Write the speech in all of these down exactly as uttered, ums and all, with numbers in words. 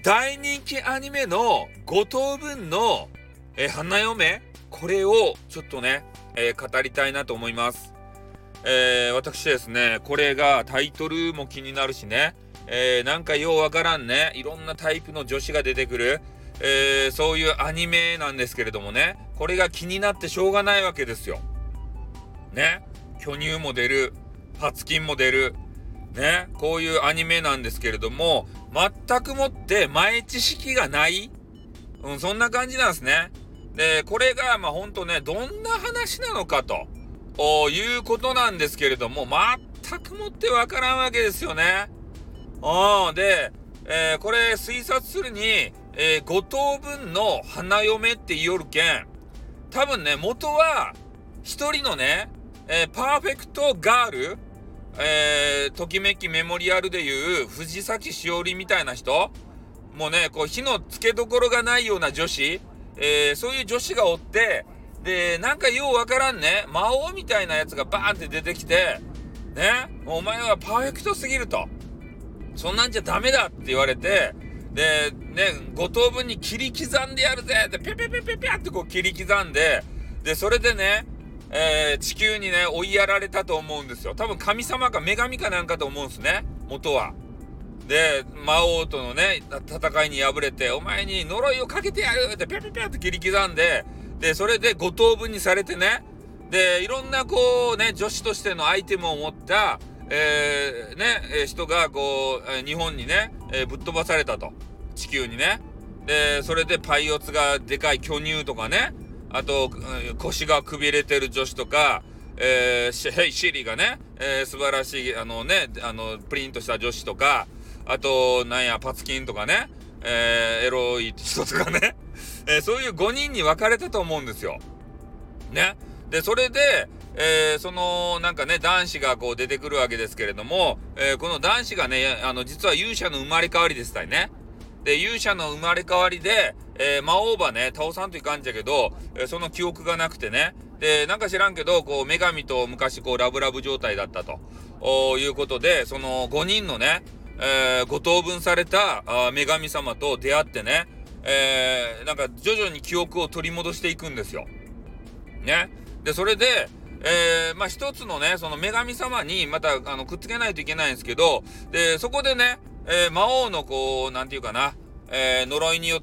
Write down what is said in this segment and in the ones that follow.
大人気アニメのご等分の、えー、花嫁、これをちょっとね、えー、語りたいなと思います。えー、私ですね、これがタイトルも気になるしね、えー、なんかようわからんね、いろんなタイプの女子が出てくる、えー、そういうアニメなんですけれどもね、これが気になってしょうがないわけですよ。ね、巨乳も出る、パツキンも出る、ね、こういうアニメなんですけれども、全くもって前知識がない、うん、そんな感じなんですね。で、これがまあほんとね、どんな話なのかということなんですけれども、全くもってわからんわけですよね。うん、で、えー、これ推察するに、えー、ご等分の花嫁って言いよるけん、多分ね、元は一人のね、えー、パーフェクトガール、えー、ときめきメモリアルでいう藤崎しおりみたいな人、もうね、こう火のつけどころがないような女子、えー、そういう女子がおって、で、なんかようわからんね、魔王みたいなやつがバーンって出てきて、ね、お前はパーフェクトすぎると。そんなんじゃダメだって言われて、で、ね、ご等分に切り刻んでやるぜって、ピャピャピャピャピャってこう切り刻んで、で、それでね、えー、地球にね、追いやられたと思うんですよ。多分神様か女神かなんかと思うんですね、元は。で、魔王とのね、戦いに敗れて、お前に呪いをかけてやるってピャピャピャって切り刻んで、で、それでご等分にされてね、で、いろんなこうね、女子としてのアイテムを持った、えー、ね、えー、人がこう、日本にね、えー、ぶっ飛ばされたと。地球にね。で、それでパイオツがでかい巨乳とかね、あと、腰がくびれてる女子とか、えー、シェイシリがね、えー、素晴らしい、あのね、あの、プリントした女子とか、あと、なんや、パツキンとかね、えー、エロい人とかね、えー、そういうごにんに分かれたと思うんですよ。ね。で、それで、えー、その、なんかね、男子がこう出てくるわけですけれども、えー、この男子がね、あの、実は勇者の生まれ変わりですたいね。で、勇者の生まれ変わりで、えー、魔王ばね、倒さんといかんじゃけど、えー、その記憶がなくてね。で、なんか知らんけど、こう、女神と昔こう、ラブラブ状態だったと、いうことで、そのごにんのね、えー、ご等分されたあ女神様と出会ってね、えー、なんか徐々に記憶を取り戻していくんですよ。ね。で、それで、えー、まあ、一つのね、その女神様にまた、あの、くっつけないといけないんですけど、で、そこでね、えー、魔王のこう、なんていうかな、えー、呪いによって、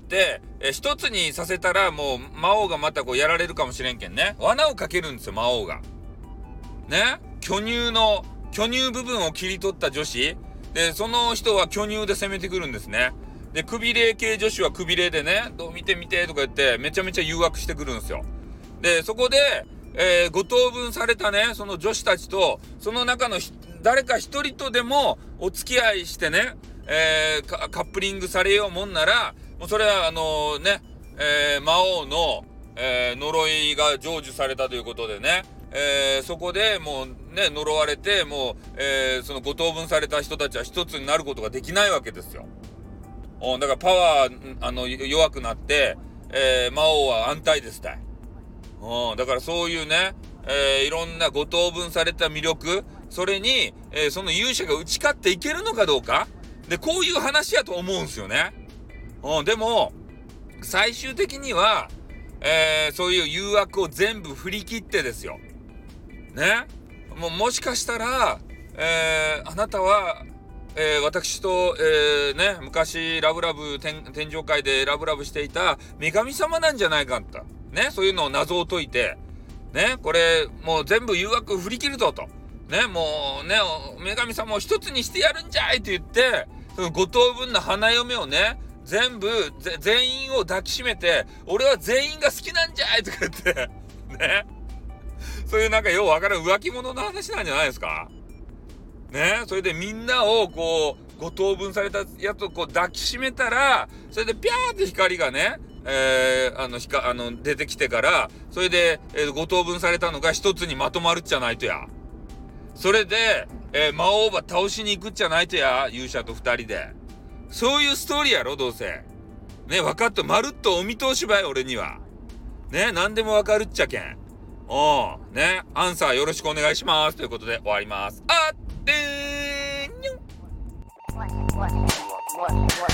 えー、一つにさせたらもう魔王がまたこうやられるかもしれんけんね。罠をかけるんですよ、魔王が。ね。巨乳の、巨乳部分を切り取った女子。で、その人は巨乳で攻めてくるんですね。で、くびれ系女子はくびれでね、どう見て見てとか言って、めちゃめちゃ誘惑してくるんですよ。で、そこで、えー、ご等分されたね、その女子たちと、その中の誰か一人とでもお付き合いしてね、えー、カップリングされようもんなら、もうそれはあのー、ね、えー、魔王の、えー、呪いが成就されたということでね、えー、そこでもうね、呪われて、もう、えー、そのご等分された人たちは一つになることができないわけですよ。だからパワー、あの、弱くなって、えー、魔王は安泰ですたい。うん、だからそういうね、えー、いろんなご等分された魅力、それに、えー、その勇者が打ち勝っていけるのかどうか。で、こういう話やと思うんですよね。うん、でも、最終的には、えー、そういう誘惑を全部振り切ってですよ。ね。もうもしかしたら、えー、あなたは、えー、私と、えー、ね、昔ラブラブ天、天上界でラブラブしていた女神様なんじゃないかと。ね、そういうのを謎を解いて、ね、これ、もう全部誘惑振り切るぞと。ね、もうね、女神様を一つにしてやるんじゃいって言って、そのご等分の花嫁をね、全部、全員を抱きしめて、俺は全員が好きなんじゃいとか言って、ね。そういうなんかようわからん浮気者の話なんじゃないですか。ね、それでみんなをこう、ご等分されたやつをこう抱きしめたら、それでピャーって光がね、えー、あの、ひか、あの、出てきてから、それで、えー、ご等分されたのが一つにまとまるっちゃないとや。それで、えー、魔王ば倒しに行くっちゃないとや、勇者と二人で。そういうストーリーやろ、どうせ。ね、分かった。まるっとお見通しばい、俺には。ね、何でも分かるっちゃけん。おう、ね、アンサーよろしくお願いします。ということで終わります。あってーにょん。